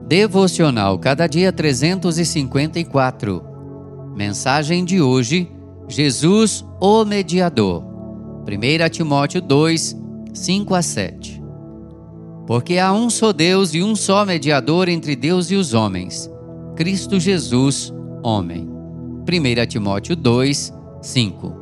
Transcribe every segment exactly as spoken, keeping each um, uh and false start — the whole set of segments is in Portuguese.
Devocional Cada Dia trezentos e cinquenta e quatro. Mensagem de hoje: Jesus, o Mediador. primeira Timóteo dois, cinco a sete. Porque há um só Deus e um só mediador entre Deus e os homens, Cristo Jesus, homem. primeira Timóteo dois, cinco.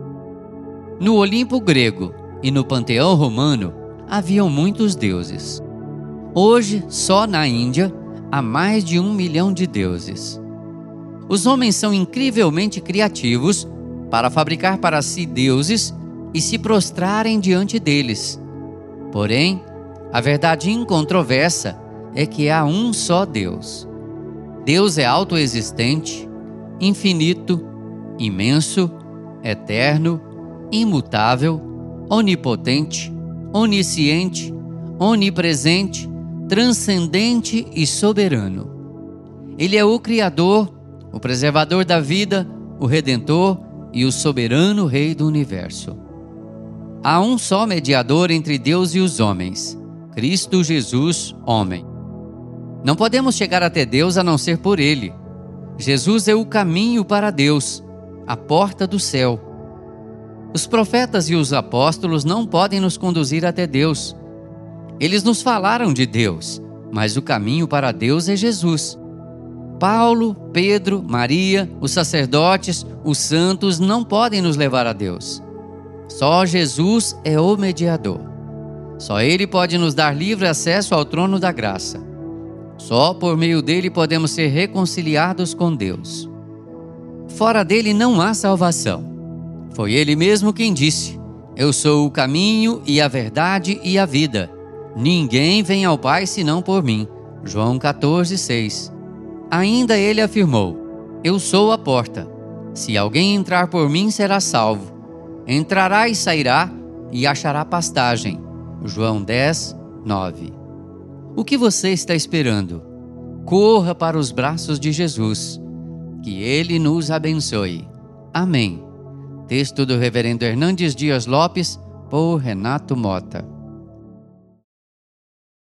No Olimpo grego e no panteão romano haviam muitos deuses. Hoje, só na Índia, há mais de um milhão de deuses. Os homens são incrivelmente criativos para fabricar para si deuses e se prostrarem diante deles. Porém, a verdade incontroversa é que há um só Deus. Deus é autoexistente, infinito, imenso, eterno, imutável, onipotente, onisciente, onipresente, transcendente e soberano. Ele é o Criador, o preservador da vida, o Redentor e o soberano Rei do Universo. Há um só mediador entre Deus e os homens, Cristo Jesus, homem. Não podemos chegar até Deus a não ser por Ele. Jesus é o caminho para Deus, a porta do céu. Os profetas e os apóstolos não podem nos conduzir até Deus. Eles nos falaram de Deus, mas o caminho para Deus é Jesus. Paulo, Pedro, Maria, os sacerdotes, os santos não podem nos levar a Deus. Só Jesus é o mediador. Só Ele pode nos dar livre acesso ao trono da graça. Só por meio dele podemos ser reconciliados com Deus. Fora dele não há salvação. Foi Ele mesmo quem disse: Eu sou o caminho e a verdade e a vida. Ninguém vem ao Pai senão por mim. João quatorze, seis. Ainda Ele afirmou: Eu sou a porta. Se alguém entrar por mim, será salvo. Entrará e sairá e achará pastagem. João dez, nove. O que você está esperando? Corra para os braços de Jesus. Que Ele nos abençoe. Amém. Texto do reverendo Hernandes Dias Lopes, por Renato Mota.